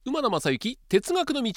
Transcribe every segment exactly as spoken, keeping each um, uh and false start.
馬野正幸哲学の道。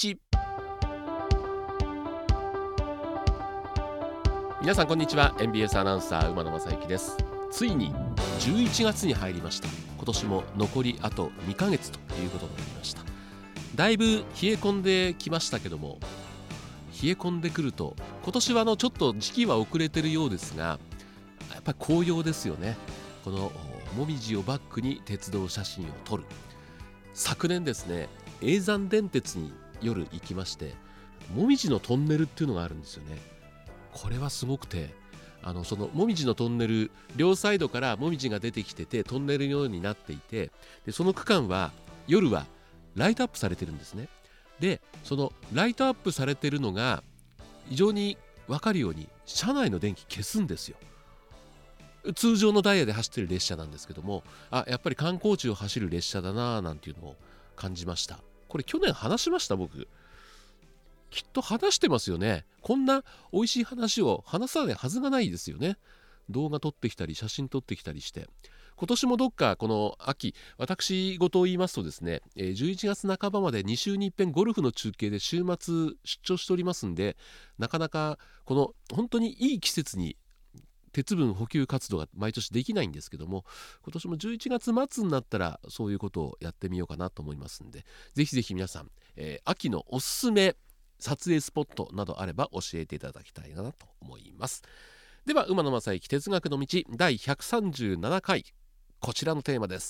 皆さんこんにちは。 エヌビーエス アナウンサー馬野正幸です。ついにじゅういちがつに入りました。今年も残りあとにかげつということになりました。だいぶ冷え込んできましたけども、冷え込んでくると今年はあのちょっと時期は遅れてるようですが、やっぱり紅葉ですよね。このもみじをバックに鉄道写真を撮る。昨年ですね、叡山電鉄に夜行きまして、もみじのトンネルっていうのがあるんですよね。これはすごくて、あのそのもみじのトンネル、両サイドからもみじが出てきててトンネルのようになっていて、でその区間は夜はライトアップされてるんですね。でそのライトアップされてるのが非常に分かるように車内の電気消すんですよ。通常のダイヤで走ってる列車なんですけども、あ、やっぱり観光地を走る列車だななんていうのを感じました。これ去年話しました。僕きっと話してますよね。こんな美味しい話を話さないはずがないですよね。動画撮ってきたり写真撮ってきたりして、今年もどっかこの秋、私事を言いますとですね、じゅういちがつなかばまでに週に一遍ゴルフの中継で週末出張しておりますんで、なかなかこの本当にいい季節に鉄分補給活動が毎年できないんですけども、今年もじゅういちがつ末になったらそういうことをやってみようかなと思いますんで、ぜひぜひ皆さん、えー、秋のおすすめ撮影スポットなどあれば教えていただきたいなと思います。では馬野正幸哲学の道だいひゃくさんじゅうななかい、こちらのテーマです。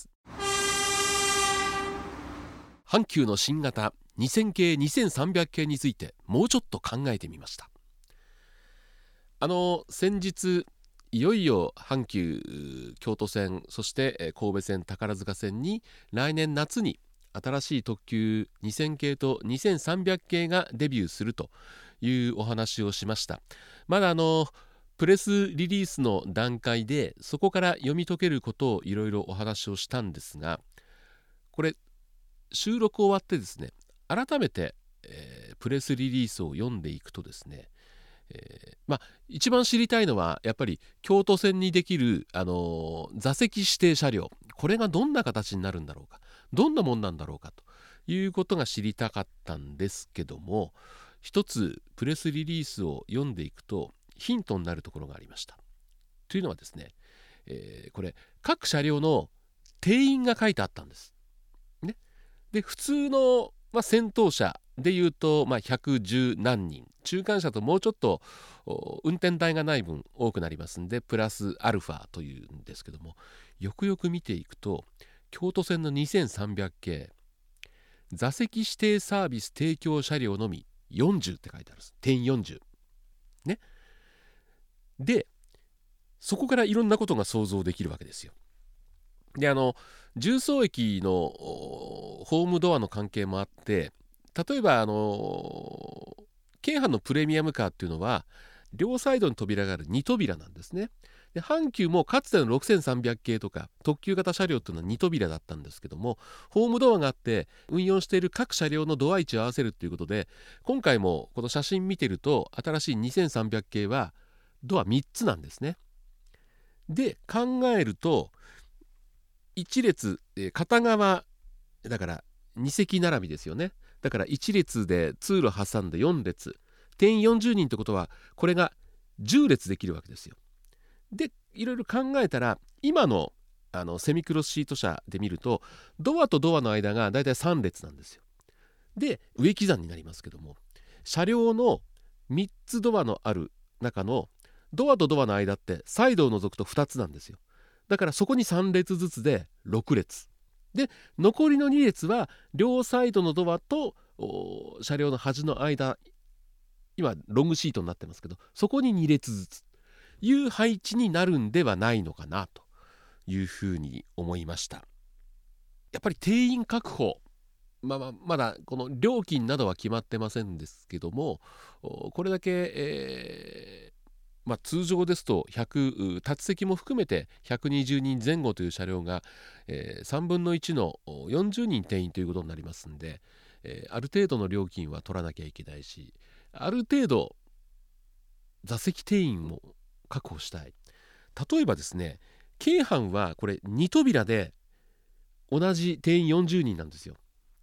阪急の新型にせんけいにせんさんびゃくけいについてもうちょっと考えてみました。あの先日いよいよ阪急京都線、そして神戸線宝塚線に来年夏に新しい特急にせんけいとにせんさんびゃくけいがデビューするというお話をしました。まだあのプレスリリースの段階でそこから読み解けることをいろいろお話をしたんですが、これ収録終わってですね、改めて、えー、プレスリリースを読んでいくとですね、えー、まあ一番知りたいのはやっぱり京都線にできる、あのー、座席指定車両、これがどんな形になるんだろうか、どんなもんなんだろうかということが知りたかったんですけども、一つプレスリリースを読んでいくとヒントになるところがありました。というのはですね、えー、これ各車両の定員が書いてあったんです、ね、で普通の、まあ、先頭車でいうと、まあ、ひゃくじゅうなんにん、中間車ともうちょっと運転台がない分多くなりますんでプラスアルファというんですけども、よくよく見ていくと京都線のにせんさんびゃくけい、座席指定サービス提供車両のみよんじゅうって書いてあるんです。定員よんじゅうね。でそこからいろんなことが想像できるわけですよ。であの重曹駅のホームドアの関係もあって、例えばあの京阪のプレミアムカーっていうのは両サイドに扉があるに扉なんですね。で阪急もかつてのろくせんさんびゃくけいとか特急型車両っていうのはに扉だったんですけども、ホームドアがあって運用している各車両のドア位置を合わせるということで、今回もこの写真見てると新しいにせんさんびゃくけいはドアみっつなんですね。で考えるといち列、えー片側だからに席並びですよね。だからいち列で通路挟んでよん列、定員よんじゅうにんってことはこれがじゅう列できるわけですよ。でいろいろ考えたら今のあのセミクロスシート車で見るとドアとドアの間がだいたいさん列なんですよ。で上刻みになりますけども、車両のみっつドアのある中のドアとドアの間ってサイドを除くとふたつなんですよ。だからそこにさん列ずつでろく列で、残りのに列は両サイドのドアと車両の端の間、今ロングシートになってますけど、そこにに列ずついう配置になるんではないのかなというふうに思いました。やっぱり定員確保、まあ、まあまだこの料金などは決まってませんですけども、これだけ、えーまあ、通常ですとひゃく立ち席も含めてひゃくにじゅうにんぜん後という車両が、えー、さんぶんのいちのよんじゅうにん定員ということになりますんで、えー、ある程度の料金は取らなきゃいけないし、ある程度座席定員も確保したい。例えばですね、京阪はこれに扉で同じ定員よんじゅうにんなんですよ。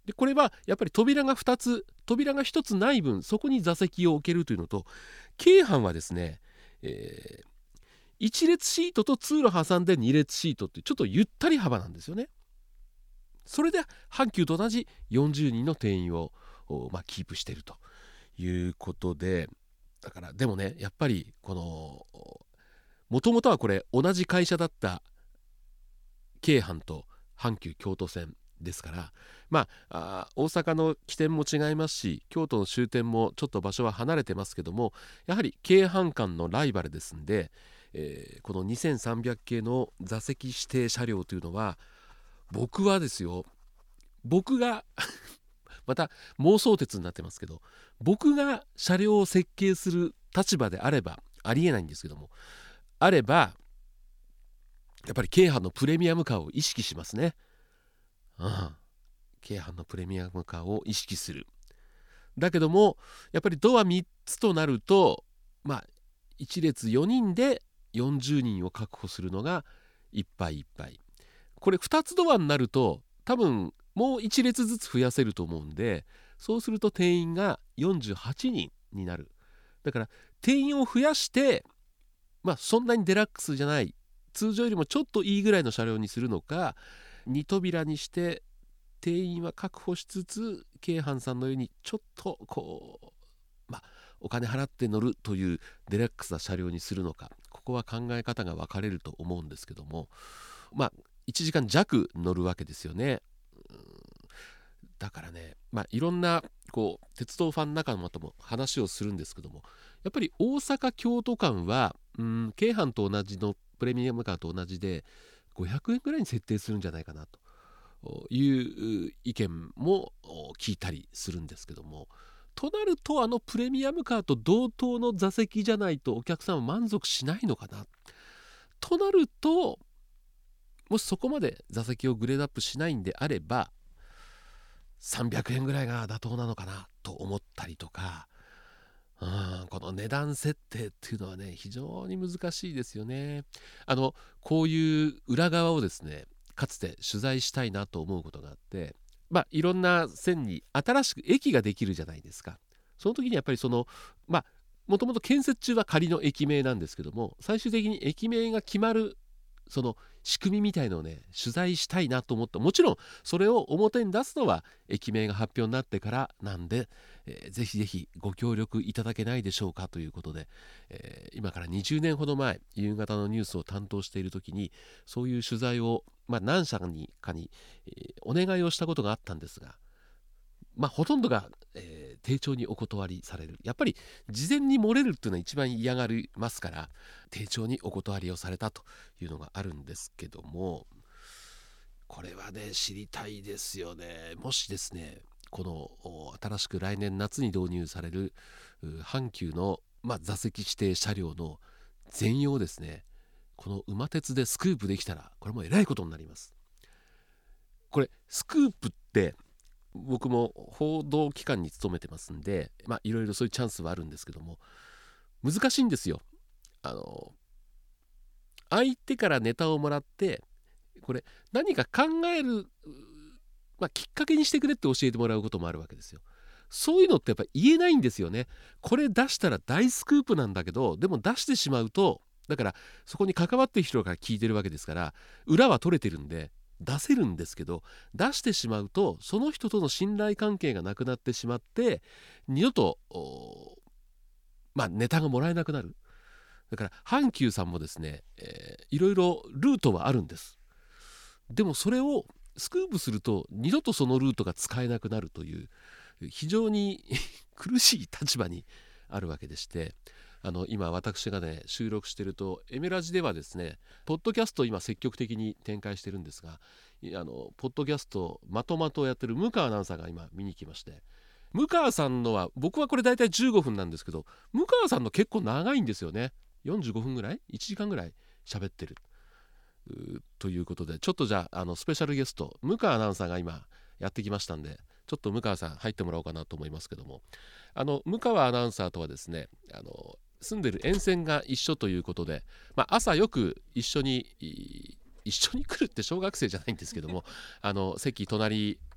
でこれはやっぱり扉がふたつ、扉がひとつない分そこに座席を置けるというのと、京阪はですね、えー、いち列シートと通路挟んでに列シートっていうちょっとゆったり幅なんですよね。それで阪急と同じよんじゅうにんの定員を、まあ、キープしているということで、だからでもねやっぱりこのもともとはこれ同じ会社だった京阪と阪急京都線ですから、まあ、あ大阪の起点も違いますし京都の終点もちょっと場所は離れてますけども、やはり京阪間のライバルですんで、えー、このにせんさんびゃく系の座席指定車両というのは、僕はですよ、僕がまた妄想鉄になってますけど、僕が車両を設計する立場であれば、ありえないんですけども、あればやっぱり京阪のプレミアムカーを意識しますね。うん、京阪のプレミアムカーを意識する。だけどもやっぱりドアみっつとなると、まあいち列よにんでよんじゅうにんを確保するのがいっぱいいっぱい。これふたつドアになると多分もういち列ずつ増やせると思うんで、そうすると定員がよんじゅうはちにんになる。だから定員を増やして、まあそんなにデラックスじゃない通常よりもちょっといいぐらいの車両にするのか、に扉にして定員は確保しつつ京阪さんのようにちょっとこう、まあお金払って乗るというデラックスな車両にするのか、ここは考え方が分かれると思うんですけども、まあいちじかん弱乗るわけですよね。だからね、まあいろんなこう鉄道ファン仲間とも話をするんですけども、やっぱり大阪京都間はうん京阪と同じのプレミアムカーと同じでごひゃくえんぐらいに設定するんじゃないかなという意見も聞いたりするんですけども、となるとあのプレミアムカーと同等の座席じゃないとお客さんは満足しないのかなとなると、もしそこまで座席をグレードアップしないんであればさんびゃくえんぐらいが妥当なのかなと思ったりとか、うん、この値段設定っていうのはね非常に難しいですよね。あのこういう裏側をですねかつて取材したいなと思うことがあって、まあいろんな線に新しく駅ができるじゃないですか。その時にやっぱりそのまあもともと建設中は仮の駅名なんですけども、最終的に駅名が決まるその仕組みみたいのをね取材したいなと思って、もちろんそれを表に出すのは駅名が発表になってからなんで、えー、ぜひぜひご協力いただけないでしょうかということで、えー、今からにじゅうねんほど前夕方のニュースを担当している時にそういう取材を、まあ、何社にかに、えー、お願いをしたことがあったんですが、まあほとんどが、えー、丁重にお断りされる。やっぱり事前に漏れるっていうのは一番嫌がりますから、丁重にお断りをされたというのがあるんですけども、これはね知りたいですよね。もしですねこの新しく来年夏に導入される阪急の、まあ、座席指定車両の全容ですね、この馬鉄でスクープできたらこれもえらいことになります。これスクープって僕も報道機関に勤めてますんで、まあいろいろそういうチャンスはあるんですけども、難しいんですよ。あの相手からネタをもらってこれ何か考える、まあ、きっかけにしてくれって教えてもらうこともあるわけですよ。そういうのってやっぱ言えないんですよね。これ出したら大スクープなんだけど、でも出してしまうと、だからそこに関わってる人から聞いてるわけですから裏は取れてるんで出せるんですけど、出してしまうとその人との信頼関係がなくなってしまって二度とまあネタがもらえなくなる。だから阪急さんもですね、えー、いろいろルートはあるんです。でもそれをスクープすると二度とそのルートが使えなくなるという非常に苦しい立場にあるわけでして、あの今私がね収録してるとエメラジではですねポッドキャストを今積極的に展開してるんですが、あのポッドキャストまとまとをやってる向川アナウンサーが今見に来まして、向川さんのは僕はこれ大体じゅうごふんなんですけど、向川さんの結構長いんですよね。よんじゅうごふんぐらいいちじかんぐらい喋ってるということで、ちょっとじゃあ、あのスペシャルゲスト向川アナウンサーが今やってきましたんで、ちょっと向川さん入ってもらおうかなと思いますけども、あの向川アナウンサーとはですね、あの住んでる沿線が一緒ということで、まあ、朝よく一緒に一緒に来るって小学生じゃないんですけどもあの席隣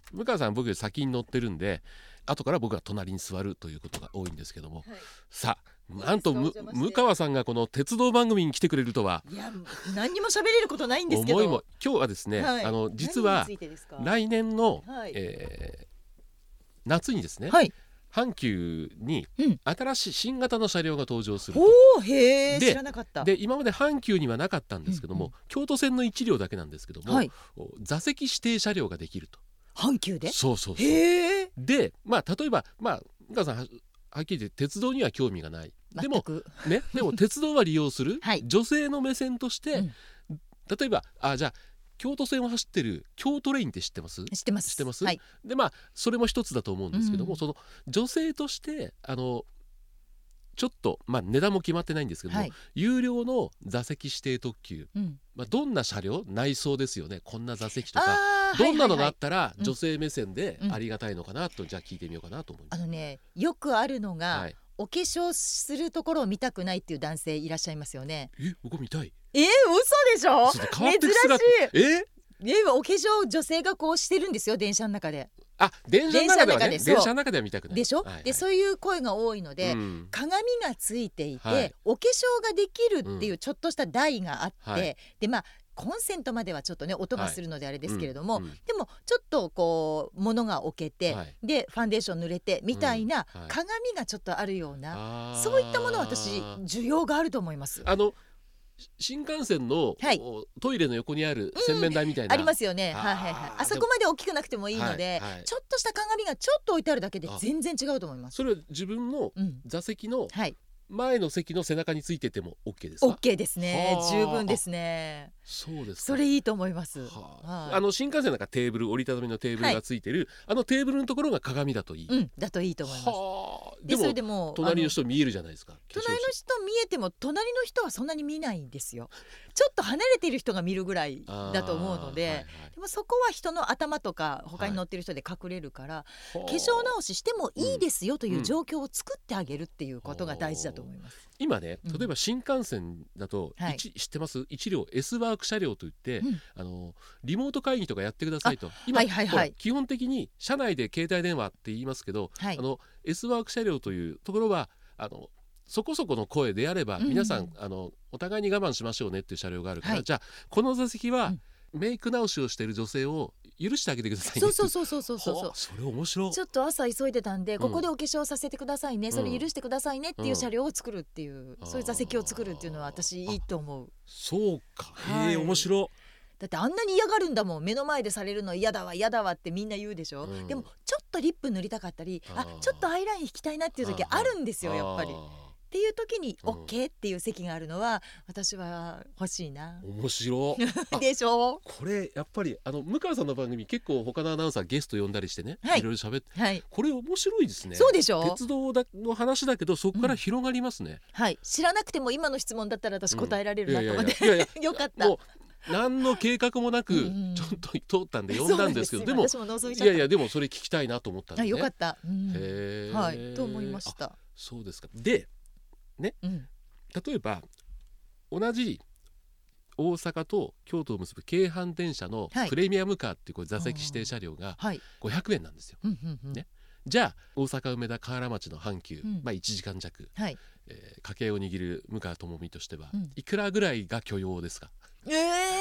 向川さん僕より先に乗ってるんで後から僕が隣に座るということが多いんですけども、はい、さあなんとむ向川さんがこの鉄道番組に来てくれるとは。 いや何にも喋れることないんですけど、思いも今日はですね、はい、あの実は来年の、はいえー、夏にですね、はい、阪急に新しい新型の車両が登場すると、 うん、へー、知らなかった。 で今まで阪急にはなかったんですけども、うんうん、京都線のいち両だけなんですけども、はい、座席指定車両ができると。 阪急で？ そうそうそう。 へー。 で、まあ、例えば、まあ、向川さんははっきり言って鉄道には興味がない。でも、ね、でも鉄道は利用する、はい、女性の目線として、うん、例えばあじゃあ京都線を走ってる京都レインって知ってます？ 知ってます。 知ってます、 はい、 でまあそれも一つだと思うんですけども、うん、その女性としてあのちょっと、まあ、値段も決まってないんですけども、はい、有料の座席指定特急、うんまあ、どんな車両内装ですよね、こんな座席とかどんなのがあったら女性目線でありがたいのかなと、うん、じゃあ聞いてみようかなと思います。 あのね、よくあるのが、はい、お化粧するところを見たくないっていう男性いらっしゃいますよね。 え僕見たい。 えー、嘘でしょ。 珍しい。ええお化粧女性がこうしてるんですよ、電車の中で。 あ電車の中ではね、電車の中では見たくないでしょ、はいはい、でそういう声が多いので、うん、鏡がついていて、はい、お化粧ができるっていうちょっとした台があって、うんはい、でまあコンセントまではちょっとね音がするのであれですけれども、はいうんうん、でもちょっとこう物が置けて、はい、でファンデーション塗れてみたいな、うんはい、鏡がちょっとあるような、そういったものは私需要があると思います。 あの新幹線の、はい、トイレの横にある洗面台みたいな、 うん、ありますよね。はいはいはい。あそこまで大きくなくてもいいので、はいはい、ちょっとした鏡がちょっと置いてあるだけで全然違うと思います。 それは自分の座席の前の席の背中についてても OK ですか？ OK ですね。十分ですね。 そうですか。 それいいと思います。 はあ、あの新幹線なんかテーブル、折りたたみのテーブルがついてる、はい、あのテーブルのところが鏡だといい、 うん、だといいと思います。はあ、でも、でそれでも隣の人見えるじゃないですか。 隣の人見えても隣の人はそんなに見ないんですよ。ちょっと離れている人が見るぐらいだと思うので、はいはい、でもそこは人の頭とか他に乗ってる人で隠れるから、はい、化粧直ししてもいいですよという状況を作ってあげるっていうことが大事だと思います。 今ね、例えば新幹線だと、うん、知ってます？いち両 S ワーク車両といって、うん、あのリモート会議とかやってくださいと。今、はいはいはい、基本的に車内で携帯電話って言いますけど、はい、あの S ワーク車両というところはあのそこそこの声であれば、うん、皆さんあのお互いに我慢しましょうねっていう車両があるから、はい、じゃあこの座席は、うんメイク直しをしている女性を許してあげてくださいね。 そうそうそうそうそうそう。 それ面白い。 ちょっと朝急いでたんで、うん、ここでお化粧させてくださいね、それ許してくださいねっていう車両を作るっていう、うん、そういう座席を作るっていうのは私いいと思う。 そうか、へえ、面白い。 だってあんなに嫌がるんだもん。目の前でされるの嫌だわ嫌だわってみんな言うでしょ、うん、でもちょっとリップ塗りたかったり、あちょっとアイライン引きたいなっていう時あるんですよ、やっぱり。っていう時に OK っていう席があるのは私は欲しいな。 面白いでしょ。 これやっぱりあの向川さんの番組結構他のアナウンサーゲスト呼んだりしてね、はい、いろいろ喋って、はい、これ面白いですね。 そうでしょ。 鉄道の話だけどそこから広がりますね、うん、 はい知らなくても今の質問だったら私答えられるなと思ってよかった。もう何の計画もなくちょっと通ったんで呼んだんですけど、でもいやいやでもそれ聞きたいなと思ったんで、ね、 よかった、うん、 へはいと思いました。 そうですか。でね、うん、例えば同じ大阪と京都を結ぶ京阪電車のプレミアムカーっていうこう座席指定車両がごひゃくえんなんですよ、はいね、じゃあ大阪梅田河原町の阪急、うんまあ、いちじかん弱、はいえー、家計を握る向川智美としては、うん、いくらぐらいが許容ですか？ え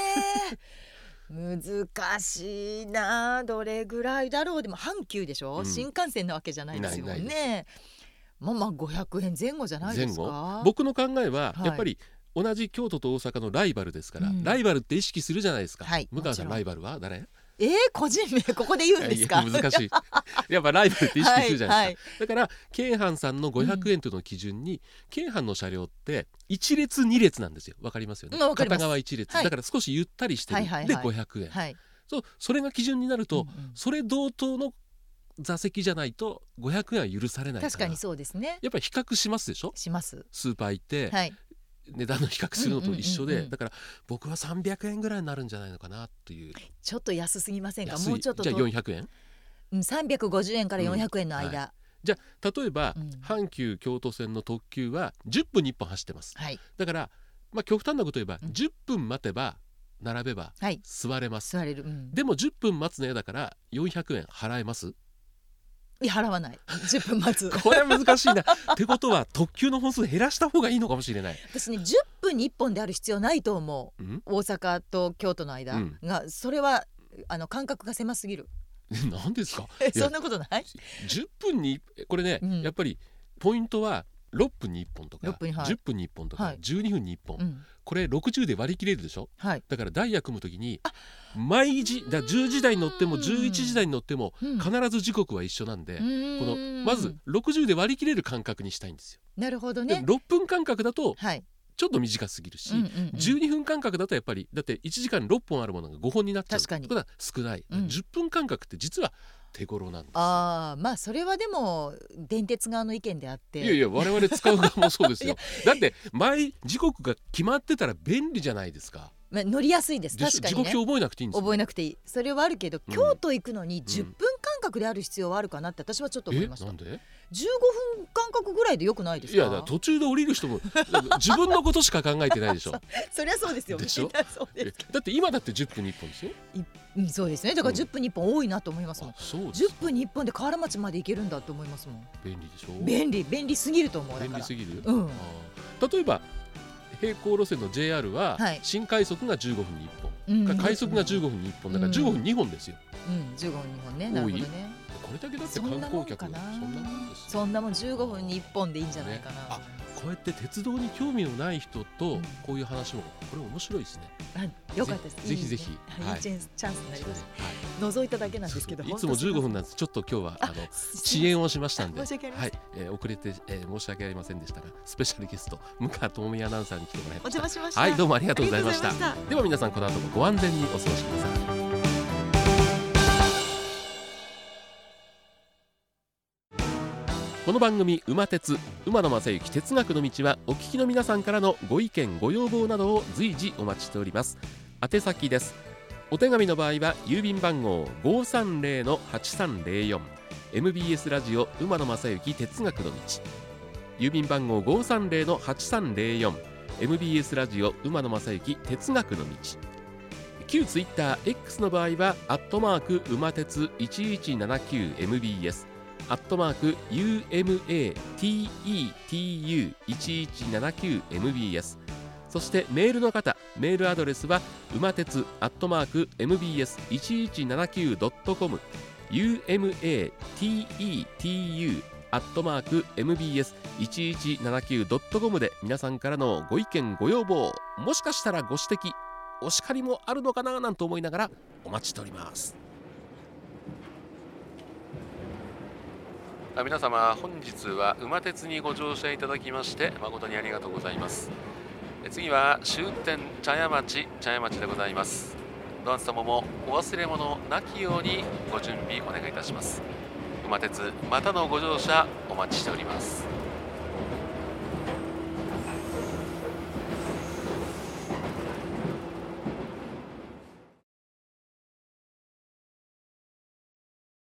ー、難しいな。どれぐらいだろう。でも阪急でしょ、うん、新幹線なわけじゃないですよね。まあまあごひゃくえんぜん後じゃないですか。前後僕の考えはやっぱり同じ京都と大阪のライバルですから、はい、ライバルって意識するじゃないですか、はい、向川さんライバルは誰？ えー、個人名ここで言うんですか？ いや難しいやっぱライバルって意識するじゃないですか、はいはい、だから京阪さんのごひゃくえんというのを基準に、うん、京阪の車両っていち列に列なんですよ。わかりますよね、うん、片側いち列、はい、だから少しゆったりしてる、はいはいはい、でごひゃくえん、はい、そうそれが基準になると、うんうん、それ同等の座席じゃないとごひゃくえんは許されないから。 確かにそうですね。 やっぱり比較しますでしょ。 します。 スーパー行って、はい、値段の比較するのと一緒で、うんうんうんうん、だから僕はさんびゃくえんぐらいになるんじゃないのかなっていう。 ちょっと安すぎませんか？もうちょっとじゃあよんひゃくえん、 うん、さんびゃくごじゅうえんからよんひゃくえんの間、うんはい、 じゃあ例えば、うん、阪急京都線の特急はじゅっぷんにいっぽん走ってます、はい、だから、まあ、極端なこと言えば、うん、じゅっぷん待てば並べばはい座れます、 座れる、うん、 でもじゅっぷん待つの嫌だからよんひゃくえん払えます？ いや払わないじゅっぷん待つこれは難しいなってことは特急の本数減らした方がいいのかもしれない。 私ねじゅっぷんにいっぽんである必要ないと思う、 うん、 大阪と京都の間が、うん、それはあの間隔が狭すぎる何ですかそんなことない？ じゅっぷんにこれね、うん、やっぱりポイントはろっぷんにいっぽんとか、はい、じゅっぷんにいっぽんとか、はい、じゅうにふんにいっぽん、うん、これろくじゅうで割り切れるでしょ、はい、だからダイヤ組むときに毎時だじゅうじ台に乗ってもじゅういちじ台に乗っても必ず時刻は一緒なんで、うん、このまずろくじゅうで割り切れる間隔にしたいんですよ。 なるほどね。 ろっぷん間隔だと、はいちょっと短すぎるし、うんうんうん、じゅうにふん間隔だとやっぱりだっていちじかんにろっぽんあるものがごほんになっちゃう。確かに。これは少ない、うん、じゅっぷん間隔って実は手頃なんですよ。 あまあそれはでも電鉄側の意見であって、 いやいや我々使う側もそうですよだって前時刻が決まってたら便利じゃないですか。 まあ、乗りやすいです。確かにね。 時刻表覚えなくていいんですよ。 覚えなくていい。それはあるけど、うん、京都行くのにじゅっぷん間隔である必要はあるかなって私はちょっと思いました。 えなんでじゅうごふん間隔ぐらいでよくないですか？ いやだ途中で降りる人も自分のことしか考えてないでしょそ, そりゃそうですよ。 でしょそうです。 だって今だってじゅっぷんにいっぽんですよ。 うん、そうですね。だからじゅっぷんにいっぽん多いなと思いますもん、うん、 そうです。 じゅっぷんにいっぽんで河原町まで行けるんだと思いますもん。 便利でしょ。 便利便利すぎると思う。だから便利すぎる、 うん、 例えば平行路線の ジェイアール は新快速がじゅうごふんにいっぽん、うん、快速がじゅうごふんにいっぽんだからじゅうごふんにほんですよ。 うん、じゅうごふんにほんね。なるほどね。 これだけだって観光客そんなもんです。 そんなもんじゅうごふんにいっぽんでいいんじゃないかな、ね、 あこうやって鉄道に興味のない人とこういう話もこれ面白いですね。 あよかったです。 ぜひぜひ、 はい、いいチャンスになります、はい、覗いただけなんですけど、 いつもじゅうごふんなんです。ちょっと今日はあの遅延をしましたんで申し訳ありません、はいえー、遅れて、えー、申し訳ありませんでしたがスペシャルゲスト向川智美アナウンサーに来てもらいました。 お邪魔しました。 はいどうもありがとうございました。では皆さんこの後もご安全にお過ごしください。この番組馬鉄馬野正幸哲学の道はお聞きの皆さんからのご意見ご要望などを随時お待ちしております。宛先です。お手紙の場合は郵便番号 ごーさんぜろのはちさんぜろよん エムビーエス ラジオ馬野正幸哲学の道、郵便番号 ごーさんぜろのはちさんぜろよん エムビーエス ラジオ馬野正幸哲学の道。旧ツイッター X の場合はアットマーク馬鉄いちいちななきゅうエムビーエスアットマーク ユーエムエーティーイーティーユーいちいちななきゅうエムビーエス、 そしてメールの方メールアドレスは馬鉄アットマーク エムビーエスいちいちななきゅうドットコム ユーエムエーティーイーティーユーアットマーク エムビーエスいちいちななきゅうドットコム で皆さんからのご意見ご要望、もしかしたらご指摘お叱りもあるのかななんて思いながらお待ちしております。皆様本日は馬鉄にご乗車いただきまして誠にありがとうございます。次は終点茶屋町茶屋町でございます。どなた様もお忘れ物なきようにご準備お願いいたします。馬鉄またのご乗車お待ちしております。